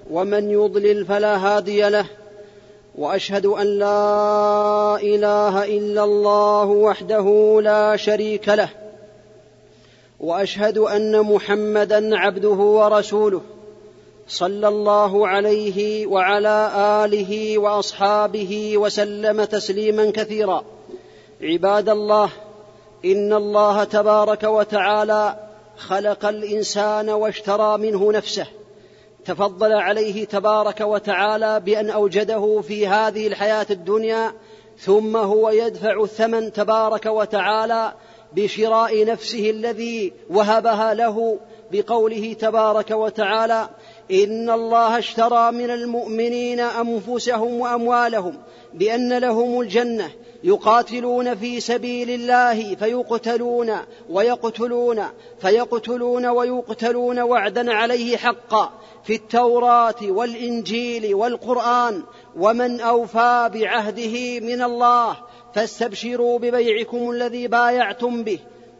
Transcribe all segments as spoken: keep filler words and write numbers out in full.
ومن يضلل فلا هادي له، وأشهد أن لا إله إلا الله وحده لا شريك له، وأشهد أن محمدًا عبده ورسوله صلى الله عليه وعلى آله وأصحابه وسلم تسليمًا كثيرا. عباد الله، إن الله تبارك وتعالى خلق الإنسان واشترى منه نفسه، تفضل عليه تبارك وتعالى بأن أوجده في هذه الحياة الدنيا، ثم هو يدفع الثمن تبارك وتعالى بشراء نفسه الذي وهبها له، بقوله تبارك وتعالى: إن الله اشترى من المؤمنين أنفسهم وأموالهم بأن لهم الجنة يقاتلون في سبيل الله فيقتلون ويقتلون فيقتلون ويقتلون وعدا عليه حقا في التوراة والإنجيل والقرآن، ومن أوفى بعهده من الله، فاستبشروا ببيعكم الذي بايعتم به،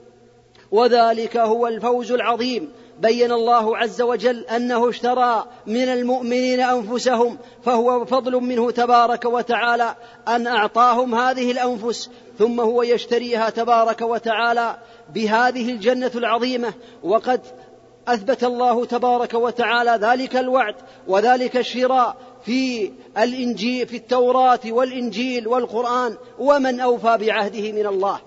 وذلك هو الفوز العظيم. بين الله عز وجل أنه اشترى من المؤمنين أنفسهم، فهو فضل منه تبارك وتعالى أن أعطاهم هذه الأنفس، ثم هو يشتريها تبارك وتعالى بهذه الجنة العظيمة. وقد أثبت الله تبارك وتعالى ذلك الوعد وذلك الشراء في الإنجيل في التوراة والإنجيل والقرآن: ومن أوفى بعهده من الله.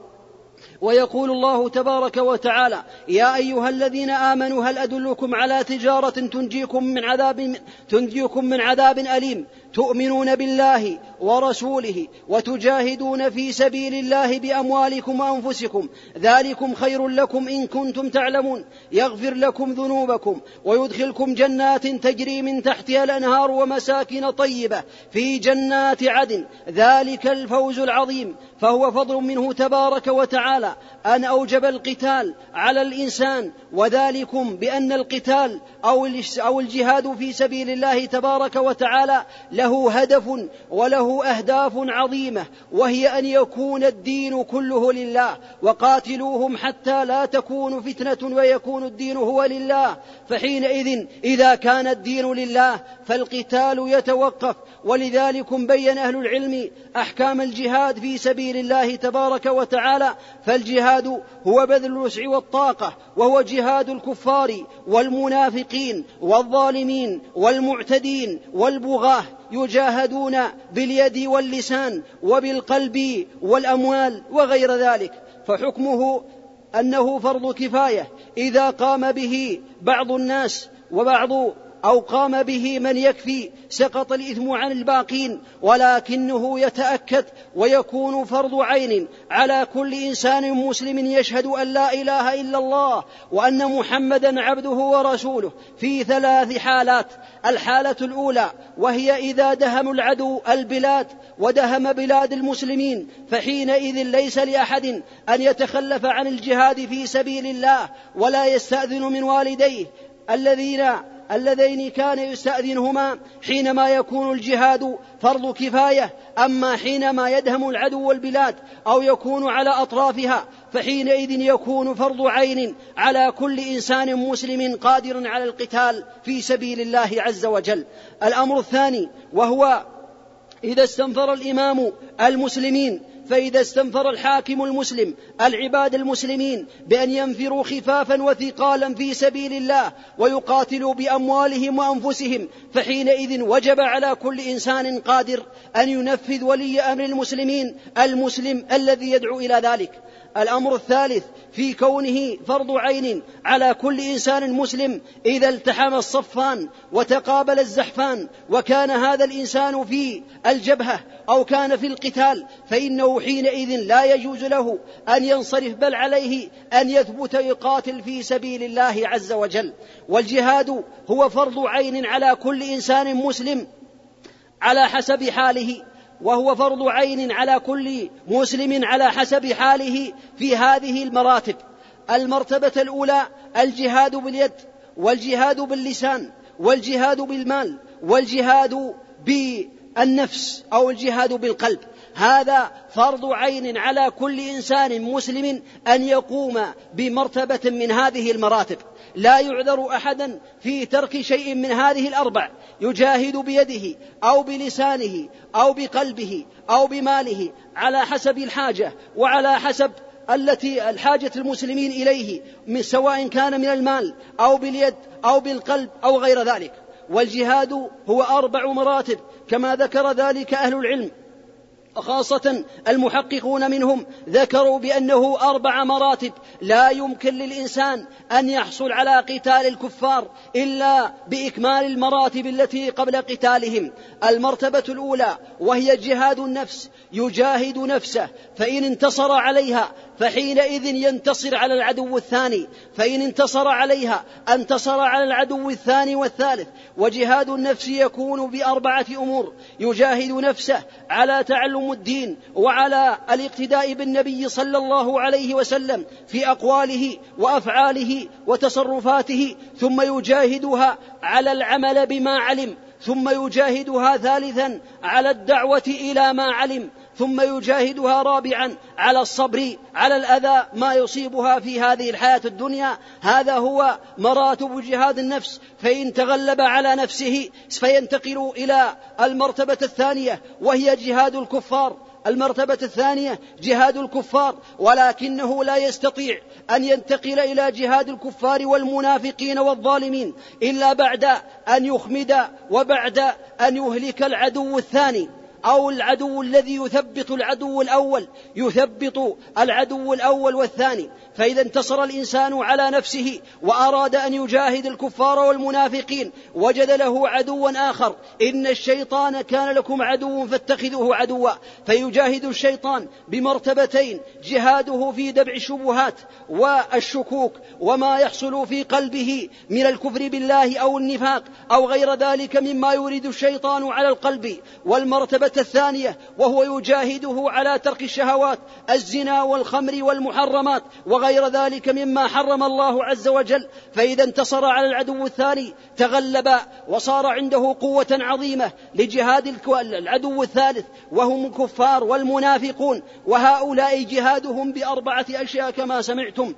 ويقول الله تبارك وتعالى: يا أيها الذين آمنوا هل أدلكم على تجارة تنجيكم من عذاب تنجيكم من عذاب أليم تؤمنون بالله ورسوله وتجاهدون في سبيل الله بأموالكم وأنفسكم، ذلكم خير لكم إن كنتم تعلمون، يغفر لكم ذنوبكم ويدخلكم جنات تجري من تحتها الأنهار ومساكن طيبة في جنات عدن، ذلك الفوز العظيم. فهو فضل منه تبارك وتعالى أن أوجب القتال على الإنسان، وذلكم بأن القتال أو الجهاد في سبيل الله تبارك وتعالى له هدف وله أهداف عظيمة، وهي أن يكون الدين كله لله، وقاتلوهم حتى لا تكون فتنة ويكون الدين هو لله. فحينئذ إذا كان الدين لله فالقتال يتوقف. ولذلك بين أهل العلم أحكام الجهاد في سبيل الله تبارك وتعالى، فالجهاد هو بذل الوسع والطاقة، وهو جهاد الكفار والمنافقين والظالمين والمعتدين والبغاة، يجاهدون باليد واللسان وبالقلب والأموال وغير ذلك. فحكمه أنه فرض كفاية إذا قام به بعض الناس وبعض أو قام به من يكفي سقط الإثم عن الباقين، ولكنه يتأكد ويكون فرض عين على كل إنسان مسلم يشهد أن لا إله إلا الله وأن محمدا عبده ورسوله في ثلاث حالات. الحالة الأولى وهي إذا دهم العدو البلاد ودهم بلاد المسلمين، فحينئذ ليس لأحد أن يتخلف عن الجهاد في سبيل الله، ولا يستأذن من والديه الذين اللذين كان يستأذنهما حينما يكون الجهاد فرض كفاية. أما حينما يدهم العدو البلاد أو يكون على أطرافها، فحينئذ يكون فرض عين على كل إنسان مسلم قادر على القتال في سبيل الله عز وجل. الأمر الثاني وهو إذا استنفر الإمام المسلمين، فإذا استنفر الحاكم المسلم العباد المسلمين بأن ينفروا خفافا وثقالا في سبيل الله ويقاتلوا بأموالهم وأنفسهم، فحينئذ وجب على كل إنسان قادر أن ينفذ ولي أمر المسلمين المسلم الذي يدعو إلى ذلك. الأمر الثالث في كونه فرض عين على كل إنسان مسلم إذا التحم الصفان وتقابل الزحفان، وكان هذا الإنسان في الجبهة أو كان في القتال، فإنه حينئذ لا يجوز له أن ينصرف، بل عليه أن يثبت يقاتل في سبيل الله عز وجل. والجهاد هو فرض عين على كل إنسان مسلم على حسب حاله، وهو فرض عين على كل مسلم على حسب حاله في هذه المراتب. المرتبة الأولى الجهاد باليد، والجهاد باللسان، والجهاد بالمال، والجهاد بالنفس أو الجهاد بالقلب. هذا فرض عين على كل إنسان مسلم أن يقوم بمرتبة من هذه المراتب. لا يعذر أحدا في ترك شيء من هذه الأربع، يجاهد بيده أو بلسانه أو بقلبه أو بماله على حسب الحاجة وعلى حسب التي الحاجة المسلمين إليه، سواء كان من المال أو باليد أو بالقلب أو غير ذلك. والجهاد هو أربع مراتب كما ذكر ذلك أهل العلم، خاصة المحققون منهم ذكروا بأنه أربع مراتب. لا يمكن للإنسان أن يحصل على قتال الكفار إلا بإكمال المراتب التي قبل قتالهم. المرتبة الأولى وهي جهاد النفس، يجاهد نفسه، فإن انتصر عليها فحينئذ ينتصر على العدو الثاني، فإن انتصر عليها انتصر على العدو الثاني والثالث. وجهاد النفس يكون بأربعة أمور: يجاهد نفسه على تعلم الدين وعلى الاقتداء بالنبي صلى الله عليه وسلم في أقواله وأفعاله وتصرفاته، ثم يجاهدها على العمل بما علم، ثم يجاهدها ثالثا على الدعوة إلى ما علم، ثم يجاهدها رابعا على الصبر على الأذى ما يصيبها في هذه الحياة الدنيا. هذا هو مراتب جهاد النفس. فإن تغلب على نفسه فينتقل إلى المرتبة الثانية وهي جهاد الكفار. المرتبة الثانية جهاد الكفار، ولكنه لا يستطيع أن ينتقل إلى جهاد الكفار والمنافقين والظالمين إلا بعد أن يخمد وبعد أن يهلك العدو الثاني، أو العدو الذي يثبط العدو الأول، يثبط العدو الأول والثاني. فإذا انتصر الإنسان على نفسه وأراد أن يجاهد الكفار والمنافقين وجد له عدوا آخر. إن الشيطان كان لكم عدو فاتخذوه عدوا. فيجاهد الشيطان بمرتبتين: جهاده في دفع الشبهات والشكوك وما يحصل في قلبه من الكفر بالله أو النفاق أو غير ذلك مما يريد الشيطان على القلب. والمرتبة الثانية وهو يجاهده على ترك الشهوات، الزنا والخمر والمحرمات وغير ذلك مما حرم الله عز وجل. فإذا انتصر على العدو الثاني تغلب وصار عنده قوة عظيمة لجهاد العدو الثالث وهم الكفار والمنافقون. وهؤلاء جهادهم بأربعة أشياء كما سمعتم: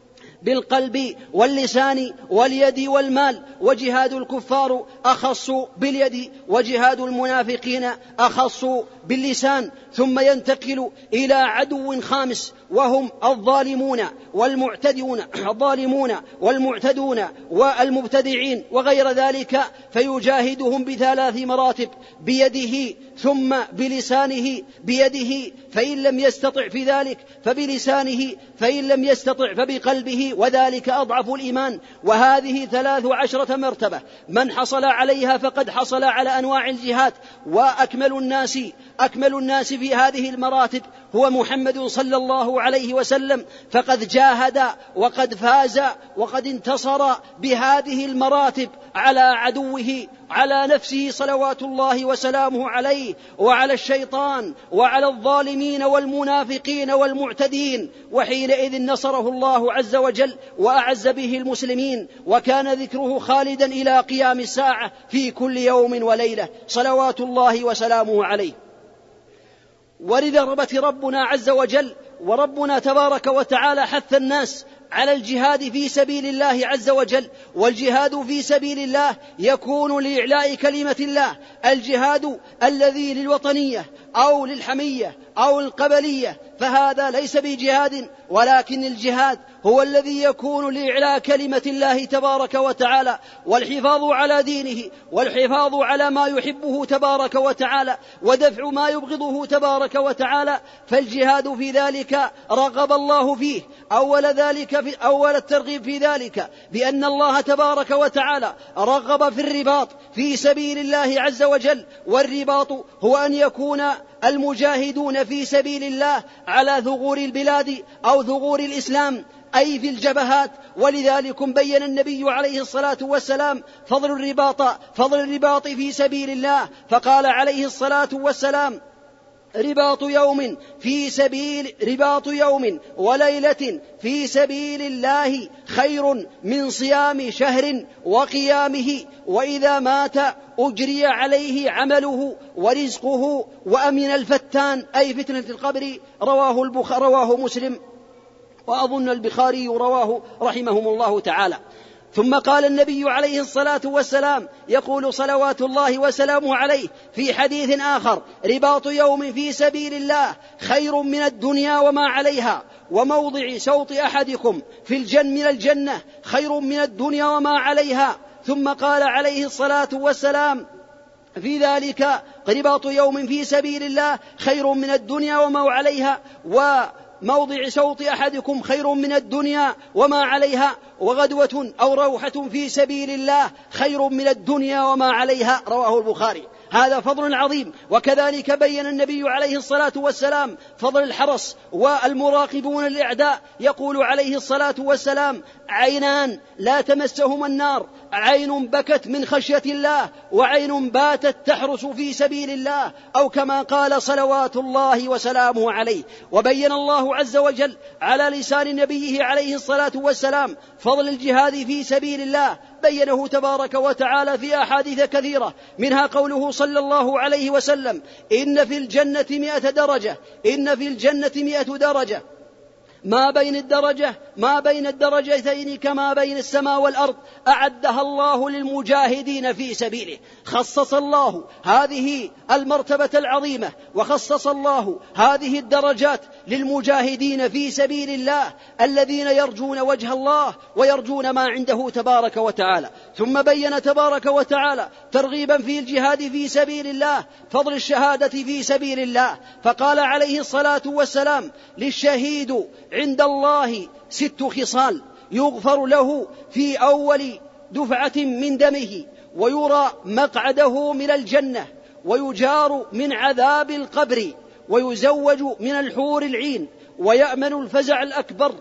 بالقلب واللسان واليد والمال. وجهاد الكفار أخص باليد، وجهاد المنافقين أخص باللسان. ثم ينتقل إلى عدو خامس وهم الظالمون والمعتدون الظالمون والمعتدون والمبتدعين وغير ذلك، فيجاهدهم بثلاث مراتب: بيده ثم بلسانه، بيده فإن لم يستطع في ذلك فبلسانه، فإن لم يستطع فبقلبه، وذلك أضعف الإيمان. وهذه ثلاث عشرة مرتبة، من حصل عليها فقد حصل على أنواع الجهاد. وأكمل الناس أكمل الناس في هذه المراتب هو محمد صلى الله عليه وسلم، فقد جاهد وقد فاز وقد انتصر بهذه المراتب على عدوه، على نفسه صلوات الله وسلامه عليه، وعلى الشيطان وعلى الظالمين والمنافقين والمعتدين. وحينئذ نصره الله عز وجل وأعز به المسلمين، وكان ذكره خالدا إلى قيام الساعة في كل يوم وليلة صلوات الله وسلامه عليه. ولرغبة ربنا عز وجل وربنا تبارك وتعالى حث الناس على الجهاد في سبيل الله عز وجل. والجهاد في سبيل الله يكون لإعلاء كلمة الله. الجهاد الذي للوطنية أو للحمية أو القبلية فهذا ليس بجهاد، ولكن الجهاد هو الذي يكون لإعلاء كلمة الله تبارك وتعالى، والحفاظ على دينه، والحفاظ على ما يحبه تبارك وتعالى، ودفع ما يبغضه تبارك وتعالى. فالجهاد في ذلك رغب الله فيه. أول ذلك في أول الترغيب في ذلك بأن الله تبارك وتعالى رغب في الرباط في سبيل الله عز وجل. والرباط هو أن يكون المجاهدون في سبيل الله على ثغور البلاد أو ثغور الإسلام، أي في الجبهات. ولذلك بين النبي عليه الصلاة والسلام فضل الرباط فضل الرباط في سبيل الله، فقال عليه الصلاة والسلام: رباط يوم في سبيل رباط يوم وليلة في سبيل الله خير من صيام شهر وقيامه، وإذا مات أجري عليه عمله ورزقه وأمن الفتان أي فتنة القبر. رواه البخاري رواه مسلم، وأظن البخاري رواه رحمهم الله تعالى. ثم قال النبي عليه الصلاة والسلام يقول صلوات الله وسلامه عليه في حديث آخر: رباط يوم في سبيل الله خير من الدنيا وما عليها، وموضع سوط أحدكم في الجنة من الجنة خير من الدنيا وما عليها. ثم قال عليه الصلاة والسلام في ذلك: رباط يوم في سبيل الله خير من الدنيا وما عليها، وموضع سوط أحدكم خير من الدنيا وما عليها، وغدوة أو روحة في سبيل الله خير من الدنيا وما عليها. رواه البخاري. هذا فضل عظيم. وكذلك بين النبي عليه الصلاة والسلام فضل الحرس والمراقبون الأعداء. يقول عليه الصلاة والسلام: عينان لا تمسهما النار، عين بكت من خشية الله، وعين باتت تحرس في سبيل الله، أو كما قال صلوات الله وسلامه عليه. وبين الله عز وجل على لسان نبيه عليه الصلاة والسلام فضل الجهاد في سبيل الله، بينه تبارك وتعالى في أحاديث كثيرة، منها قوله صلى الله عليه وسلم: إن في الجنة مئة درجة، إن في الجنة مئة درجة، ما بين الدرجة ما بين الدرجتين كما بين السماء والأرض، أعدها الله للمجاهدين في سبيله. خصص الله هذه المرتبة العظيمة وخصص الله هذه الدرجات للمجاهدين في سبيل الله الذين يرجون وجه الله ويرجون ما عنده تبارك وتعالى. ثم بين تبارك وتعالى ترغيبا في الجهاد في سبيل الله فضل الشهادة في سبيل الله، فقال عليه الصلاة والسلام: للشهيد عند الله ست خصال: يغفر له في أول دفعة من دمه، ويرى مقعده من الجنة، ويجار من عذاب القبر، ويزوج من الحور العين، ويأمن الفزع الأكبر،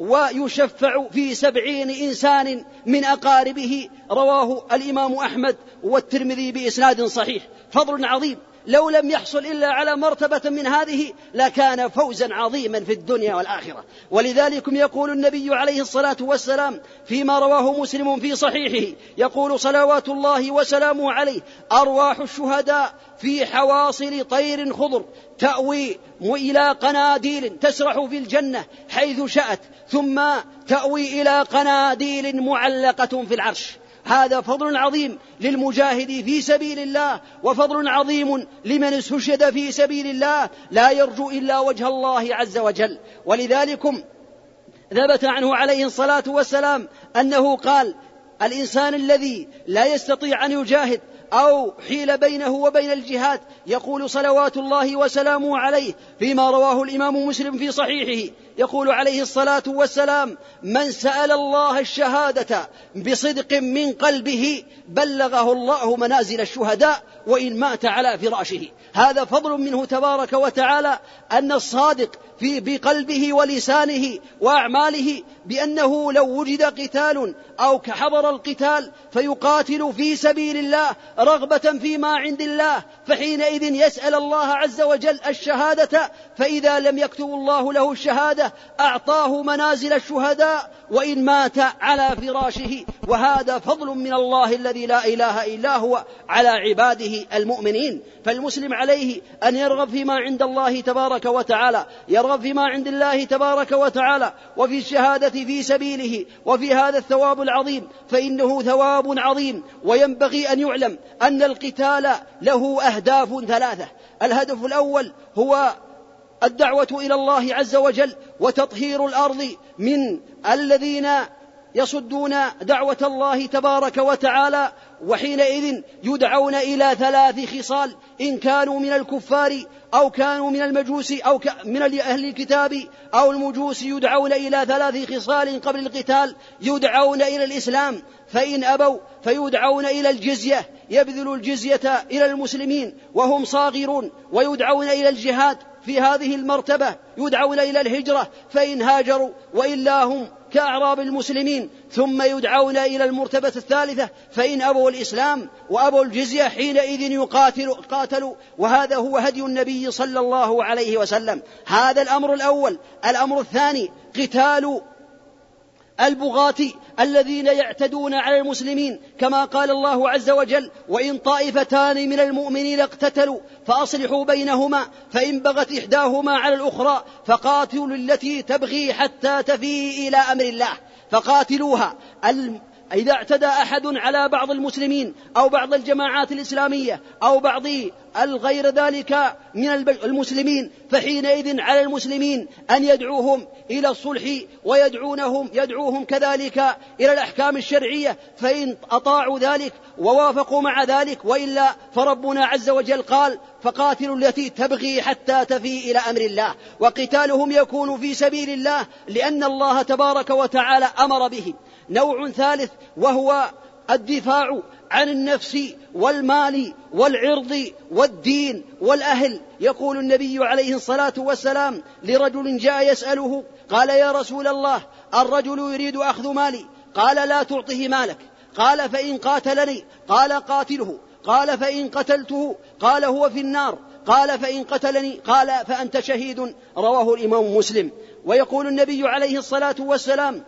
ويشفع في سبعين إنسان من أقاربه. رواه الإمام أحمد والترمذي بإسناد صحيح. فضل عظيم لو لم يحصل إلا على مرتبة من هذه لكان فوزا عظيما في الدنيا والآخرة. ولذلك يقول النبي عليه الصلاة والسلام فيما رواه مسلم في صحيحه، يقول صلوات الله وسلامه عليه: أرواح الشهداء في حواصل طير خضر تأوي إلى قناديل تسرح في الجنة حيث شاءت، ثم تأوي إلى قناديل معلقة في العرش. هذا فضل عظيم للمجاهد في سبيل الله، وفضل عظيم لمن استشهد في سبيل الله لا يرجو إلا وجه الله عز وجل. ولذلك ثبت عنه عليه الصلاة والسلام أنه قال: الإنسان الذي لا يستطيع أن يجاهد أو حيل بينه وبين الجهاد، يقول صلوات الله وسلامه عليه فيما رواه الإمام مسلم في صحيحه، يقول عليه الصلاة والسلام: من سأل الله الشهادة بصدق من قلبه بلغه الله منازل الشهداء وإن مات على فراشه. هذا فضل منه تبارك وتعالى أن الصادق في بقلبه ولسانه وأعماله بأنه لو وجد قتال أو كحضر القتال فيقاتل في سبيل الله رغبة فيما عند الله، فحينئذ يسأل الله عز وجل الشهادة، فإذا لم يكتب الله له الشهادة أعطاه منازل الشهداء وإن مات على فراشه. وهذا فضل من الله الذي لا إله إلا هو على عباده المؤمنين. فالمسلم عليه أن يرغب فيما عند الله تبارك وتعالى، يرغب فيما عند الله تبارك وتعالى وفي الشهادة في سبيله وفي هذا الثواب العظيم، فإنه ثواب عظيم. وينبغي أن يعلم أن القتال له أهداف ثلاثة: الهدف الأول هو الدعوة إلى الله عز وجل وتطهير الأرض من الذين يصدون دعوة الله تبارك وتعالى، وحينئذ يدعون إلى ثلاث خصال: إن كانوا من الكفار أو كانوا من المجوس أو من أهل الكتاب أو المجوس يدعون إلى ثلاث خصال قبل القتال: يدعون إلى الإسلام، فإن أبوا فيدعون إلى الجزية، يبذل الجزية إلى المسلمين وهم صاغرون، ويدعون إلى الجهاد في هذه المرتبة، يدعون إلى الهجرة فإن هاجروا، وإلا هم كأعراب المسلمين، ثم يدعون إلى المرتبة الثالثة، فإن أبوا الإسلام وأبوا الجزية حينئذ يقاتلوا قاتلوا. وهذا هو هدي النبي صلى الله عليه وسلم. هذا الأمر الأول. الأمر الثاني قتال البغاة الذين يعتدون على المسلمين، كما قال الله عز وجل: وإن طائفتان من المؤمنين اقتتلوا فأصلحوا بينهما فإن بغت إحداهما على الأخرى فقاتلوا التي تبغي حتى تفيء إلى أمر الله فقاتلوها. إذا اعتدى أحد على بعض المسلمين أو بعض الجماعات الإسلامية أو بعض الغير ذلك من المسلمين، فحينئذ على المسلمين أن يدعوهم إلى الصلح ويدعونهم يدعوهم كذلك إلى الأحكام الشرعية، فإن أطاعوا ذلك ووافقوا مع ذلك، وإلا فربنا عز وجل قال: فقاتلوا التي تبغي حتى تفيء إلى أمر الله. وقتالهم يكون في سبيل الله لأن الله تبارك وتعالى أمر به. نوع ثالث وهو الدفاع عن النفس والمال والعرض والدين والأهل. يقول النبي عليه الصلاة والسلام لرجل جاء يسأله قال: يا رسول الله، الرجل يريد أخذ مالي. قال: لا تعطه مالك. قال: فإن قاتلني. قال: قاتله. قال: فإن قتلته. قال: هو في النار. قال: فإن قتلني. قال: فأنت شهيد. رواه الإمام مسلم. ويقول النبي عليه الصلاة والسلام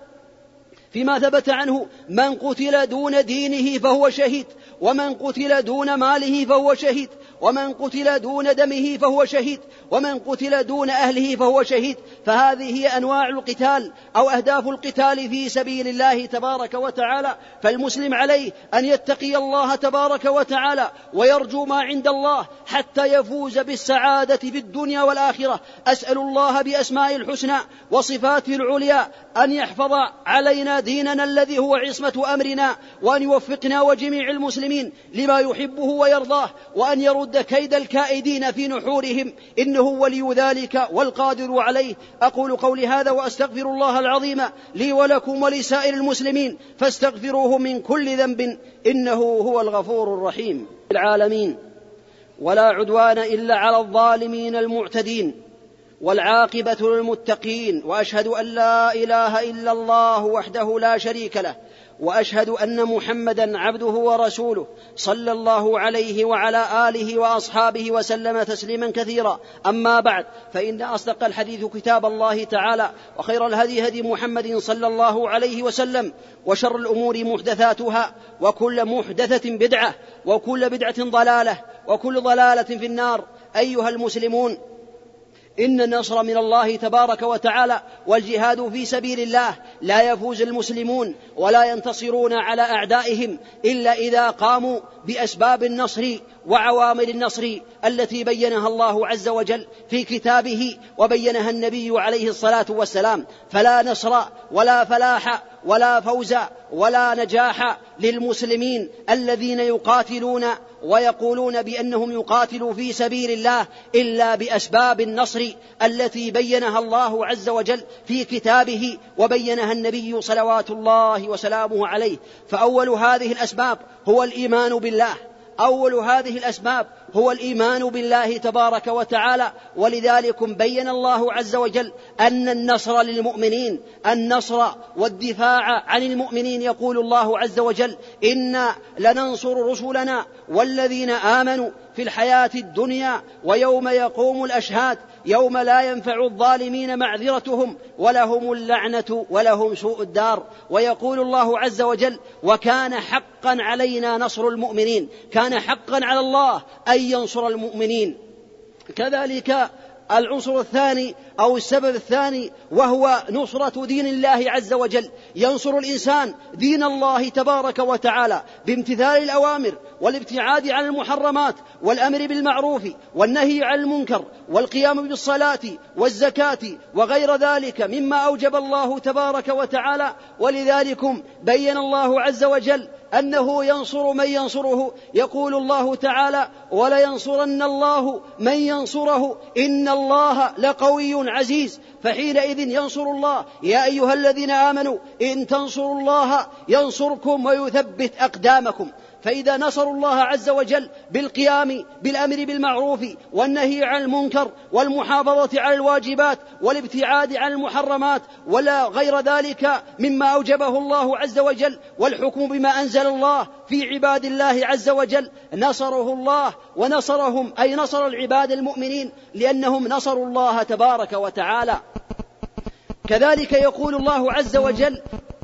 فيما ثبت عنه: من قتل دون دينه فهو شهيد، ومن قتل دون ماله فهو شهيد، ومن قتل دون دمه فهو شهيد، ومن قتل دون أهله فهو شهيد. فهذه هي أنواع القتال أو أهداف القتال في سبيل الله تبارك وتعالى. فالمسلم عليه أن يتقي الله تبارك وتعالى ويرجو ما عند الله حتى يفوز بالسعادة في الدنيا والآخرة. أسأل الله بأسماء الحسنى وصفاته العليا أن يحفظ علينا ديننا الذي هو عصمة أمرنا، وأن يوفقنا وجميع المسلمين لما يحبه ويرضاه، وأن يرد كيد الكائدين في نحورهم، إنه ولي ذلك والقادر عليه. أقول قولي هذا وأستغفر الله العظيم لي ولكم ولسائر المسلمين، فاستغفروه من كل ذنب إنه هو الغفور الرحيم. العالمين، ولا عدوان إلا على الظالمين المعتدين، والعاقبة للمتقين. وأشهد أن لا إله إلا الله وحده لا شريك له، وأشهد أن محمدا عبده ورسوله صلى الله عليه وعلى آله وأصحابه وسلم تسليما كثيرا. أما بعد، فإن أصدق الحديث كتاب الله تعالى، وخير الهدي هدي محمد صلى الله عليه وسلم، وشر الأمور محدثاتها، وكل محدثة بدعة، وكل بدعة ضلالة، وكل ضلالة في النار. أيها المسلمون، إن النصر من الله تبارك وتعالى والجهاد في سبيل الله لا يفوز المسلمون ولا ينتصرون على أعدائهم إلا إذا قاموا بأسباب النصر وعوامل النصر التي بينها الله عز وجل في كتابه وبينها النبي عليه الصلاة والسلام. فلا نصر ولا فلاح ولا فوز ولا نجاح للمسلمين الذين يقاتلون ويقولون بأنهم يقاتلوا في سبيل الله إلا بأسباب النصر التي بينها الله عز وجل في كتابه وبينها النبي صلوات الله وسلامه عليه. فأول هذه الأسباب هو الإيمان بالله أول هذه الأسباب هو الإيمان بالله تبارك وتعالى. ولذلك بين الله عز وجل أن النصر للمؤمنين، النصر والدفاع عن المؤمنين. يقول الله عز وجل: إنا لننصر رسلنا والذين آمنوا في الحياة الدنيا ويوم يقوم الأشهاد يوم لا ينفع الظالمين معذرتهم ولهم اللعنة ولهم سوء الدار. ويقول الله عز وجل: وكان حقا علينا نصر المؤمنين. كان حقا على الله أن ينصر المؤمنين. كذلك العنصر الثاني أو السبب الثاني وهو نصرة دين الله عز وجل. ينصر الإنسان دين الله تبارك وتعالى بامتثال الأوامر والابتعاد عن المحرمات والأمر بالمعروف والنهي عن المنكر والقيام بالصلاة والزكاة وغير ذلك مما أوجب الله تبارك وتعالى. ولذلك بين الله عز وجل أنه ينصر من ينصره. يقول الله تعالى: ولينصرن الله من ينصره إن الله لقوي عزيز. فحينئذ ينصر الله. يا أيها الذين آمنوا إن تنصروا الله ينصركم ويثبت أقدامكم. فإذا نصروا الله عز وجل بالقيام بالأمر بالمعروف والنهي عن المنكر والمحافظة على الواجبات والابتعاد عن المحرمات ولا غير ذلك مما أوجبه الله عز وجل والحكم بما أنزل الله في عباد الله عز وجل، نصره الله ونصرهم، أي نصر العباد المؤمنين لأنهم نصروا الله تبارك وتعالى. كذلك يقول الله عز وجل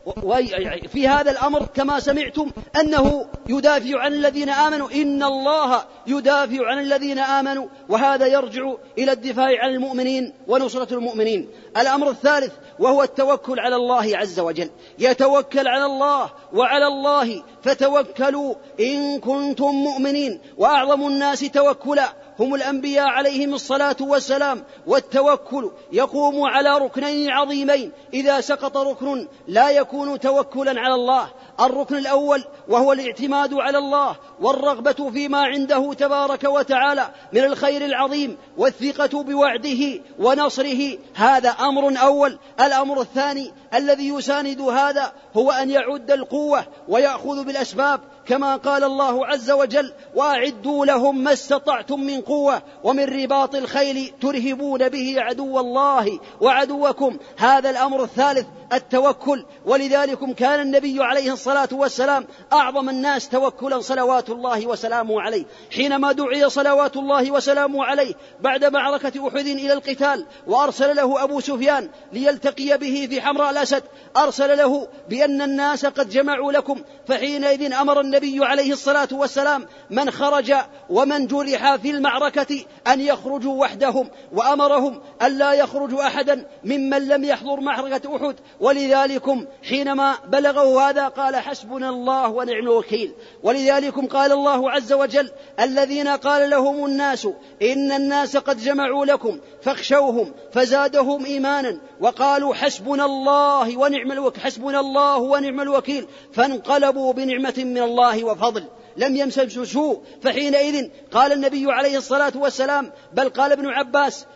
في هذا الأمر كما سمعتم أنه يدافع عن الذين آمنوا، إن الله يدافع عن الذين آمنوا، وهذا يرجع إلى الدفاع عن المؤمنين ونصرة المؤمنين. الأمر الثالث وهو التوكل على الله عز وجل، يتوكل على الله وعلى الله فتوكلوا إن كنتم مؤمنين. وأعظم الناس توكلا هم الأنبياء عليهم الصلاة والسلام، والتوكل يقوم على ركنين عظيمين، إذا سقط ركن لا يكون توكلا على الله. الركن الأول وهو الاعتماد على الله والرغبة فيما عنده تبارك وتعالى من الخير العظيم والثقة بوعده ونصره، هذا أمر أول. الأمر الثاني الذي يساند هذا هو أن يعد القوة ويأخذ بالأسباب، كما قال الله عز وجل وأعدوا لهم ما استطعتم من قوة ومن رباط الخيل ترهبون به عدو الله وعدوكم. هذا الأمر الثالث التوكل، ولذلك كان النبي عليه الصلاة والسلام أعظم الناس توكلا صلوات الله وسلامه عليه، حينما دعي صلوات الله وسلامه عليه بعد معركة أحد إلى القتال وأرسل له أبو سفيان ليلتقي به في حمراء الأسد، أرسل له بأن الناس قد جمعوا لكم، فحينئذ أمر النبي عليه الصلاة والسلام من خرج ومن جرح في المعركة أن يخرجوا وحدهم، وأمرهم أن لا يخرج أحدا ممن لم يحضر معركة أحد. ولذلك حينما بلغه هذا قال حسبنا الله ونعم الوكيل. ولذلك قال الله عز وجل الذين قال لهم الناس إن الناس قد جمعوا لكم فاخشوهم فزادهم إيمانا وقالوا حسبنا الله ونعم الوكيل حسبنا الله ونعم الوكيل فانقلبوا بنعمة من الله وفضل لم يمسسوا سوء. فحينئذ قال النبي عليه الصلاة والسلام، بل قال ابن عباس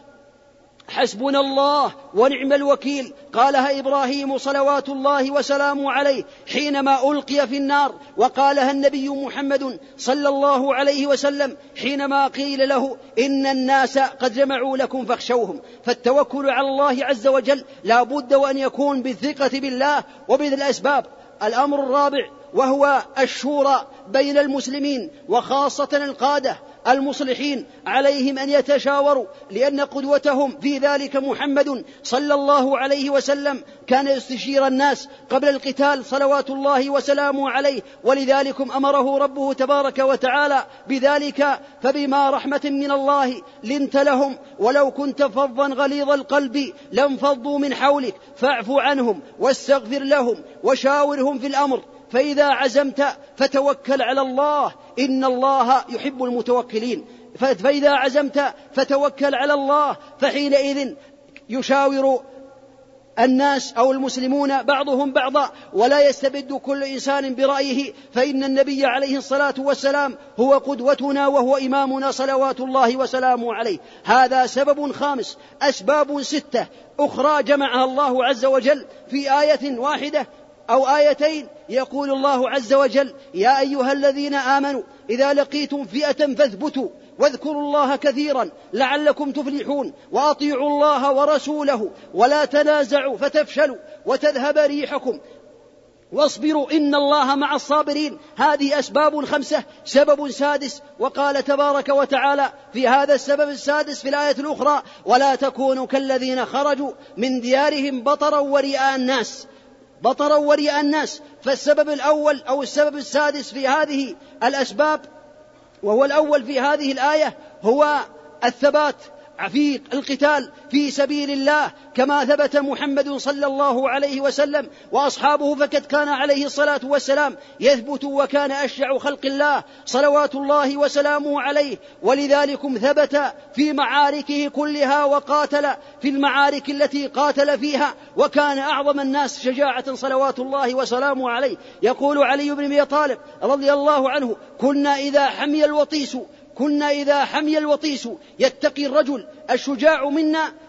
حسبنا الله ونعم الوكيل، قالها إبراهيم صلوات الله وسلامه عليه حينما ألقي في النار، وقالها النبي محمد صلى الله عليه وسلم حينما قيل له إن الناس قد جمعوا لكم فاخشوهم. فالتوكل على الله عز وجل لا بد وأن يكون بالثقة بالله وبذل الأسباب. الأمر الرابع وهو الشورى بين المسلمين، وخاصة القادة المصلحين عليهم أن يتشاوروا، لأن قدوتهم في ذلك محمد صلى الله عليه وسلم كان يستشير الناس قبل القتال صلوات الله وسلامه عليه، ولذلك أمره ربه تبارك وتعالى بذلك، فبما رحمة من الله لنت لهم ولو كنت فظا غليظ القلب لانفضوا من حولك فاعف عنهم واستغفر لهم وشاورهم في الأمر، فإذا عزمت فتوكل على الله إن الله يحب المتوكلين. فإذا عزمت فتوكل على الله، فحينئذ يشاور الناس أو المسلمون بعضهم بعضا، ولا يستبد كل إنسان برأيه، فإن النبي عليه الصلاة والسلام هو قدوتنا وهو إمامنا صلوات الله وسلامه عليه. هذا سبب خامس. أسباب ستة أخرى جمعها الله عز وجل في آية واحدة أو آيتين. يقول الله عز وجل يا أيها الذين آمنوا إذا لقيتم فئة فاثبتوا واذكروا الله كثيرا لعلكم تفلحون وأطيعوا الله ورسوله ولا تنازعوا فتفشلوا وتذهب ريحكم واصبروا إن الله مع الصابرين. هذه أسباب خمسة. سبب سادس، وقال تبارك وتعالى في هذا السبب السادس في الآية الأخرى ولا تكونوا كالذين خرجوا من ديارهم بطرا ورئاء الناس بطرا ورئاء الناس. فالسبب الأول أو السبب السادس في هذه الأسباب وهو الأول في هذه الآية هو الثبات في القتال في سبيل الله، كما ثبت محمد صلى الله عليه وسلم وأصحابه، فقد كان عليه الصلاة والسلام يثبت وكان أشجع خلق الله صلوات الله وسلامه عليه، ولذلك ثبت في معاركه كلها وقاتل في المعارك التي قاتل فيها، وكان أعظم الناس شجاعة صلوات الله وسلامه عليه. يقول علي بن أبي طالب رضي الله عنه كنا إذا حمي الوطيس كنا إذا حمي الوطيس يتقي الرجل الشجاع منا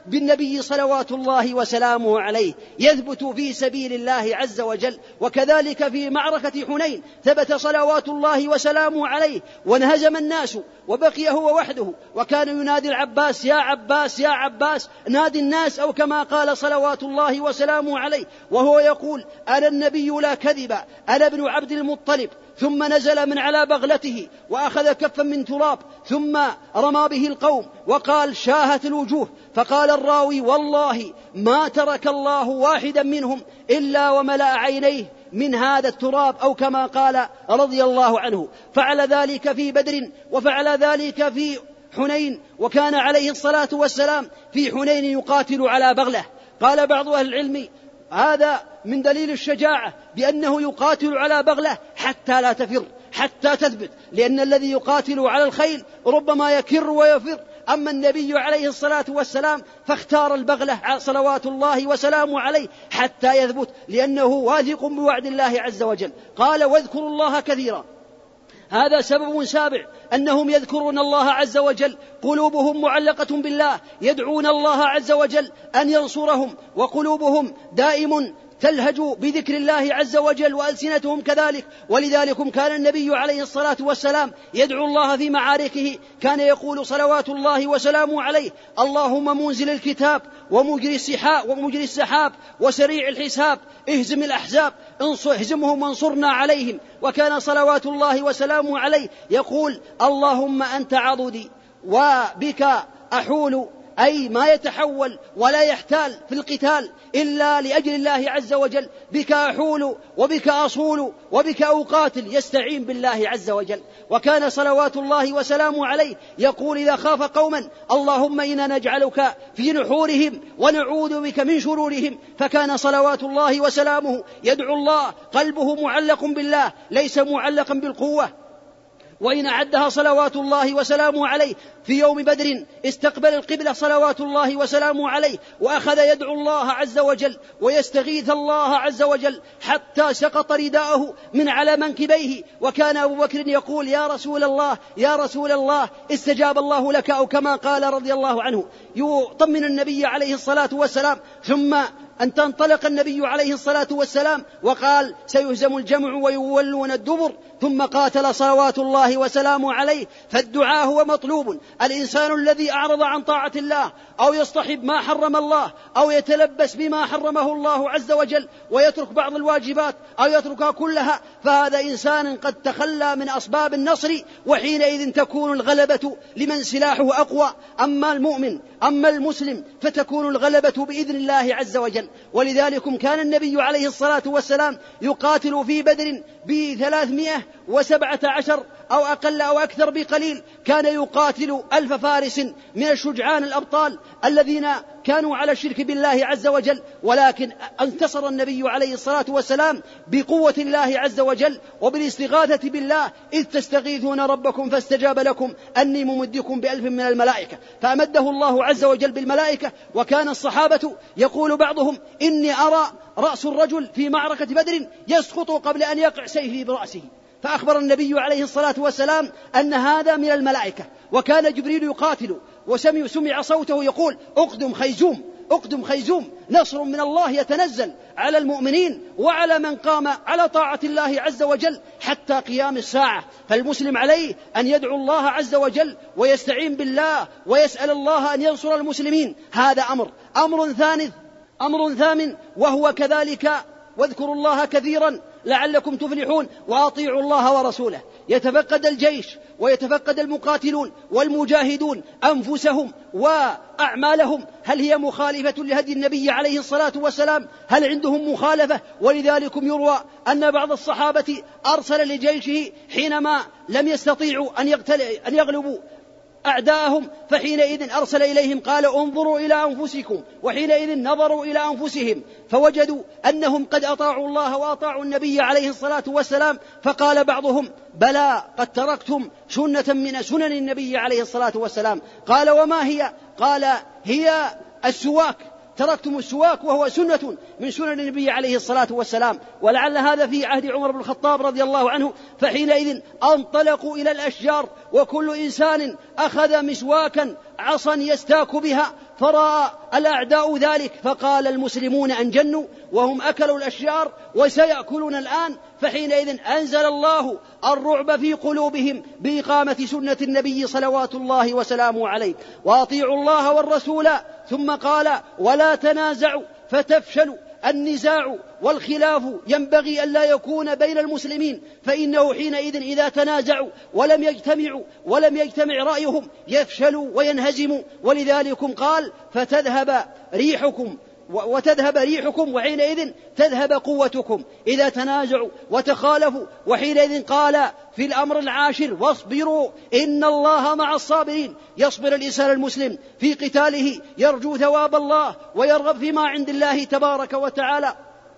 بالنبي صلوات الله وسلامه عليه يثبت في سبيل الله عز وجل. وكذلك في معركة حنين ثبت صلوات الله وسلامه عليه وانهزم الناس وبقي هو وحده، وكان ينادي العباس يا عباس يا عباس نادي الناس، أو كما قال صلوات الله وسلامه عليه وهو يقول أنا النبي لا كذب أنا ابن عبد المطلب. ثم نزل من على بغلته وأخذ كفا من تراب ثم رمى به القوم وقال شاهت الوجوه. فقال الراوي والله ما ترك الله واحدا منهم إلا وملأ عينيه من هذا التراب، أو كما قال رضي الله عنه. فعل ذلك في بدر وفعل ذلك في حنين، وكان عليه الصلاة والسلام في حنين يقاتل على بغلة. قال بعض أهل العلم هذا من دليل الشجاعة بأنه يقاتل على بغلة حتى لا تفر، حتى تثبت، لأن الذي يقاتل على الخيل ربما يكر ويفر. أما النبي عليه الصلاة والسلام فاختار البغلة صلوات الله وسلامه عليه حتى يثبت، لأنه واثق بوعد الله عز وجل. قال واذكروا الله كثيرا، هذا سبب سابع أنهم يذكرون الله عز وجل، قلوبهم معلقة بالله، يدعون الله عز وجل أن ينصرهم، وقلوبهم دائم تلهج بذكر الله عز وجل وألسنتهم كذلك. ولذلك كان النبي عليه الصلاة والسلام يدعو الله في معاركه، كان يقول صلوات الله وسلامه عليه اللهم منزل الكتاب ومجري السحاب ومجري السحاب وسريع الحساب اهزم الأحزاب اهزمهم وانصرنا عليهم. وكان صلوات الله وسلامه عليه يقول اللهم أنت عضدي وبك أحول، أي ما يتحول ولا يحتال في القتال إلا لأجل الله عز وجل، بك أحول وبك أصول وبك أقاتل، يستعين بالله عز وجل. وكان صلوات الله وسلامه عليه يقول إذا خاف قوما اللهم إنا نجعلك في نحورهم ونعوذ بك من شرورهم. فكان صلوات الله وسلامه يدعو الله قلبه معلق بالله ليس معلقا بالقوة. وإن أعدها صلوات الله وسلامه عليه في يوم بدر استقبل القبلة صلوات الله وسلامه عليه وأخذ يدعو الله عز وجل ويستغيث الله عز وجل حتى سقط رداءه من على منكبيه. وكان أبو بكر يقول يا رسول الله يا رسول الله استجاب الله لك، أو كما قال رضي الله عنه يطمن النبي عليه الصلاة والسلام. ثم أن تنطلق النبي عليه الصلاة والسلام وقال سيهزم الجمع ويولون الدبر، ثم قاتل صلوات الله وسلامه عليه. فالدعاء هو مطلوب. الإنسان الذي أعرض عن طاعة الله أو يصطحب ما حرم الله أو يتلبس بما حرمه الله عز وجل ويترك بعض الواجبات أو يتركها كلها، فهذا إنسان قد تخلى من أسباب النصر، وحينئذ تكون الغلبة لمن سلاحه أقوى. أما المؤمن أما المسلم فتكون الغلبة بإذن الله عز وجل. ولذلك كان النبي عليه الصلاة والسلام يقاتل في بدر بثلاثمائة وسبعة عشر أو أقل أو أكثر بقليل، كان يقاتل ألف فارس من الشجعان الأبطال الذين كانوا على الشرك بالله عز وجل. ولكن انتصر النبي عليه الصلاة والسلام بقوة الله عز وجل وبالاستغاثة بالله، إذ تستغيثون ربكم فاستجاب لكم أني ممدكم بألف من الملائكة، فأمده الله عز وجل بالملائكة. وكان الصحابة يقول بعضهم إني أرى رأس الرجل في معركة بدر يسقط قبل أن يقع سيفه برأسه، فأخبر النبي عليه الصلاة والسلام أن هذا من الملائكة. وكان جبريل يقاتل وسمع سمع صوته يقول أقدم خيزوم أقدم خيزوم، نصر من الله يتنزل على المؤمنين وعلى من قام على طاعة الله عز وجل حتى قيام الساعة. فالمسلم عليه أن يدعو الله عز وجل ويستعين بالله ويسأل الله أن ينصر المسلمين. هذا أمر أمر ثالث أمر ثامن وهو كذلك واذكروا الله كثيرا لعلكم تفلحون وأطيعوا الله ورسوله. يتفقد الجيش ويتفقد المقاتلون والمجاهدون أنفسهم وأعمالهم، هل هي مخالفة لهدي النبي عليه الصلاة والسلام؟ هل عندهم مخالفة؟ ولذلك يروى أن بعض الصحابة أرسل لجيشه حينما لم يستطيعوا أن يغلبوا أعداءهم، فحينئذ أرسل إليهم قال انظروا إلى أنفسكم، وحينئذ نظروا إلى أنفسهم فوجدوا أنهم قد أطاعوا الله وأطاعوا النبي عليه الصلاة والسلام. فقال بعضهم بلى قد تركتم سنة من سنن النبي عليه الصلاة والسلام. قال وما هي؟ قال هي السواك، تركتم السواك وهو سنة من سنن النبي عليه الصلاة والسلام. ولعل هذا في عهد عمر بن الخطاب رضي الله عنه، فحينئذ انطلقوا إلى الأشجار وكل إنسان أخذ مسواكا عصا يستاك بها، فرأى الأعداء ذلك فقال المسلمون أنجنوا وهم أكلوا الأشجار وسيأكلون الآن. فحينئذ أنزل الله الرعب في قلوبهم بإقامة سنة النبي صلوات الله وسلامه عليه، وأطيعوا الله والرسول. ثم قال ولا تنازعوا فتفشلوا. النزاع والخلاف ينبغي أن لا يكون بين المسلمين، فإنه حينئذ إذا تنازعوا ولم يجتمعوا ولم يجتمع رأيهم يفشلوا وينهزموا. ولذلك قال فتذهب ريحكم وتذهب ريحكم وحينئذ تذهب قوتكم إذا تنازعوا وتخالفوا. وحينئذ قال في الأمر العاشر واصبروا إن الله مع الصابرين. يصبر الإنسان المسلم في قتاله يرجو ثواب الله ويرغب فيما عند الله تبارك وتعالى،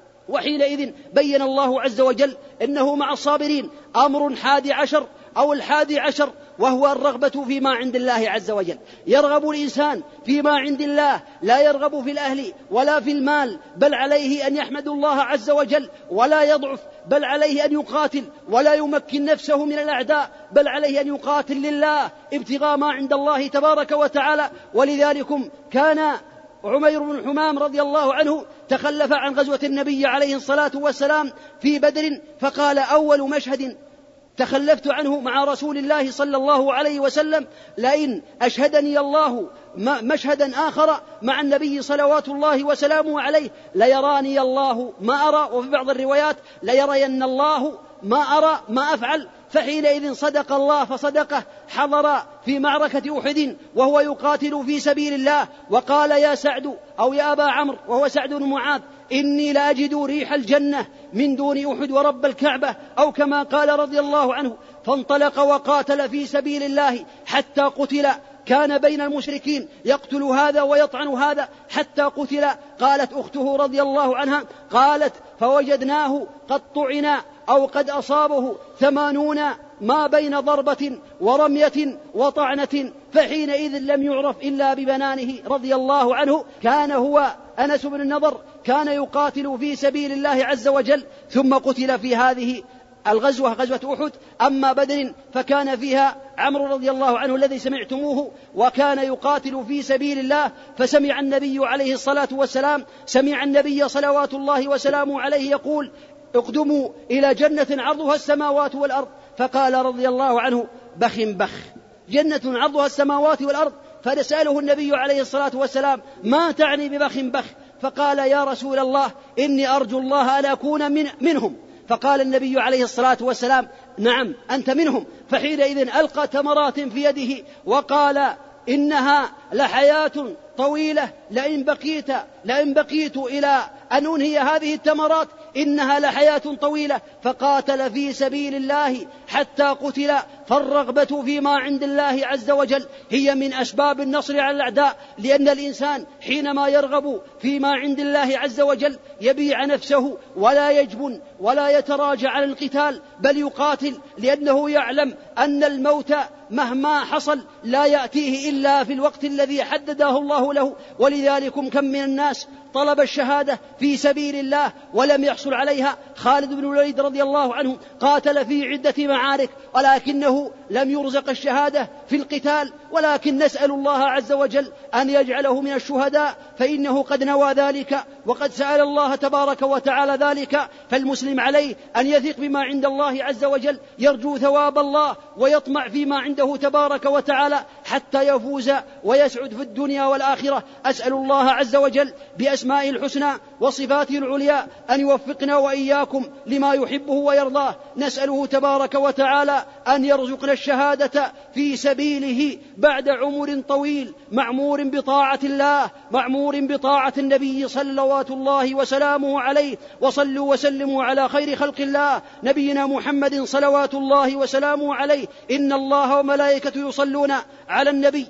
وحينئذ بين الله عز وجل إنه مع الصابرين. أمر حادي عشر أو الحادي عشر وهو الرغبة فيما عند الله عز وجل. يرغب الإنسان فيما عند الله، لا يرغب في الأهل ولا في المال، بل عليه أن يحمد الله عز وجل ولا يضعف، بل عليه أن يقاتل ولا يمكن نفسه من الأعداء، بل عليه أن يقاتل لله ابتغاء ما عند الله تبارك وتعالى. ولذلك كان عمير بن حمام رضي الله عنه تخلف عن غزوة النبي عليه الصلاة والسلام في بدر، فقال أول مشهد تخلفت عنه مع رسول الله صلى الله عليه وسلم لئن أشهدني الله مشهدا آخر مع النبي صلوات الله وسلامه عليه ليراني الله ما أرى، وفي بعض الروايات ليرين الله ما أرى ما أفعل. فحينئذ صدق الله فصدقه، حضر في معركة أحد وهو يقاتل في سبيل الله، وقال يا سعد أو يا أبا عمرو وهو سعد بن معاذ إني لأجد ريح الجنة من دون أحد ورب الكعبة، أو كما قال رضي الله عنه. فانطلق وقاتل في سبيل الله حتى قتل. كان بين المشركين يقتل هذا ويطعن هذا حتى قتل. قالت أخته رضي الله عنها قالت فوجدناه قد طعن أو قد أصابه ثمانون ما بين ضربة ورمية وطعنة، فحينئذ لم يعرف إلا ببنانه رضي الله عنه. كان هو أنس بن النضر كان يقاتل في سبيل الله عز وجل، ثم قتل في هذه الغزوة غزوة أحد. أما بدر فكان فيها عمرو رضي الله عنه الذي سمعتموه، وكان يقاتل في سبيل الله. فسمع النبي عليه الصلاة والسلام سمع النبي صلوات الله وسلامه عليه يقول اقدموا إلى جنة عرضها السماوات والأرض. فقال رضي الله عنه بخ بخ، جنة عرضها السماوات والأرض. فنسأله النبي عليه الصلاة والسلام ما تعني ببخ بخ؟ فقال يا رسول الله إني أرجو الله أن أكون من منهم. فقال النبي عليه الصلاة والسلام نعم أنت منهم. فحينئذ ألقى تمرات في يده وقال إنها لحياة طويلة لئن بقيت, لئن بقيت إلى أن أنهي هذه التمرات إنها لحياة طويلة. فقاتل في سبيل الله حتى قتل. فالرغبة فيما عند الله عز وجل هي من أسباب النصر على الأعداء، لأن الإنسان حينما يرغب فيما عند الله عز وجل يبيع نفسه ولا يجبن ولا يتراجع عن القتال، بل يقاتل، لأنه يعلم أن الموت مهما حصل لا يأتيه إلا في الوقت الذي حدده الله له. ولذلك كم من الناس طلب الشهادة في سبيل الله ولم يحصل عليها. خالد بن الوليد رضي الله عنه قاتل في عدة معارك ولكنه لم يرزق الشهادة في القتال، ولكن نسأل الله عز وجل أن يجعله من الشهداء، فإنه قد نوى ذلك وقد سأل الله تبارك وتعالى ذلك. فالمسلم عليه أن يثق بما عند الله عز وجل، يرجو ثواب الله ويطمع فيما عنده تبارك وتعالى حتى يفوز ويسعد في الدنيا والآخرة. أسأل الله عز وجل بأسمائه الحسنى وصفاته العليا أن يوفقنا وإياكم لما يحبه ويرضاه. نسأله تبارك وتعالى أن يرزقنا الشهادة في سبيله بعد عمر طويل معمور بطاعة الله، معمور بطاعة النبي صلوات الله وسلامه عليه. وصلوا وسلموا على خير خلق الله نبينا محمد صلوات الله وسلامه عليه. إن الله وملائكته يصلون على النبي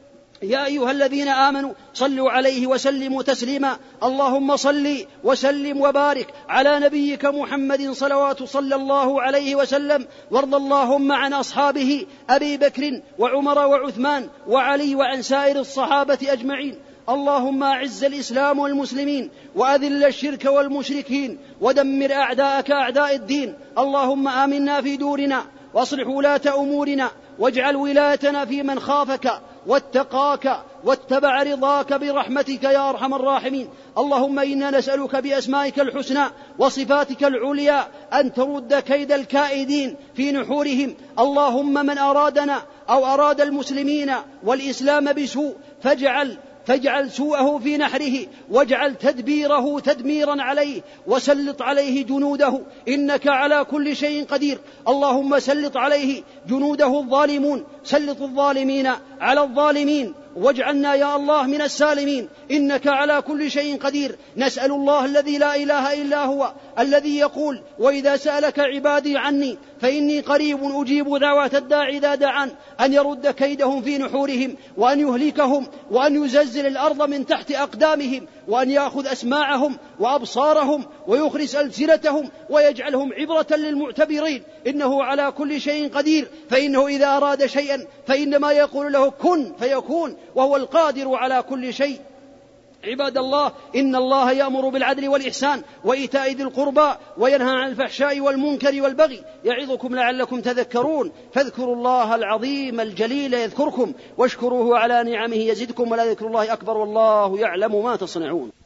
يا أيها الذين آمنوا صلوا عليه وسلموا تسليما. اللهم صل وسلم وبارك على نبيك محمد صلوات صلى الله عليه وسلم. وارض اللهم عن أصحابه أبي بكر وعمر وعثمان وعلي وعن سائر الصحابة أجمعين. اللهم أعز الإسلام والمسلمين وأذل الشرك والمشركين ودمر أعداءك أعداء الدين. اللهم آمنا في دورنا واصلح ولاة أمورنا، واجعل ولايتنا في من خافك واتقاك واتبع رضاك برحمتك يا أرحم الراحمين. اللهم إنا نسألك بأسمائك الحسنى وصفاتك العليا أن ترد كيد الكائدين في نحورهم. اللهم من أرادنا أو أراد المسلمين والإسلام بسوء فاجعل فاجعل سوءه في نحره، واجعل تدبيره تدميرا عليه، وسلط عليه جنوده إنك على كل شيء قدير. اللهم سلط عليه جنوده الظالمون، سلط الظالمين على الظالمين، واجعلنا يا الله من السالمين إنك على كل شيء قدير. نسأل الله الذي لا إله إلا هو الذي يقول وإذا سألك عبادي عني فإني قريب أجيب دعوة الداعي إذا دعان، أن يرد كيدهم في نحورهم، وأن يهلكهم، وأن يزلزل الأرض من تحت أقدامهم، وأن يأخذ أسماعهم وأبصارهم ويخرس ألسنتهم ويجعلهم عبرة للمعتبرين. إنه على كل شيء قدير، فإنه إذا أراد شيئا فإنما يقول له كن فيكون، وهو القادر على كل شيء. عباد الله، إن الله يأمر بالعدل والإحسان وإيتاء ذي القربى وينهى عن الفحشاء والمنكر والبغي يعظكم لعلكم تذكرون. فاذكروا الله العظيم الجليل يذكركم، واشكروه على نعمه يزدكم، ولذكر الله أكبر، والله يعلم ما تصنعون.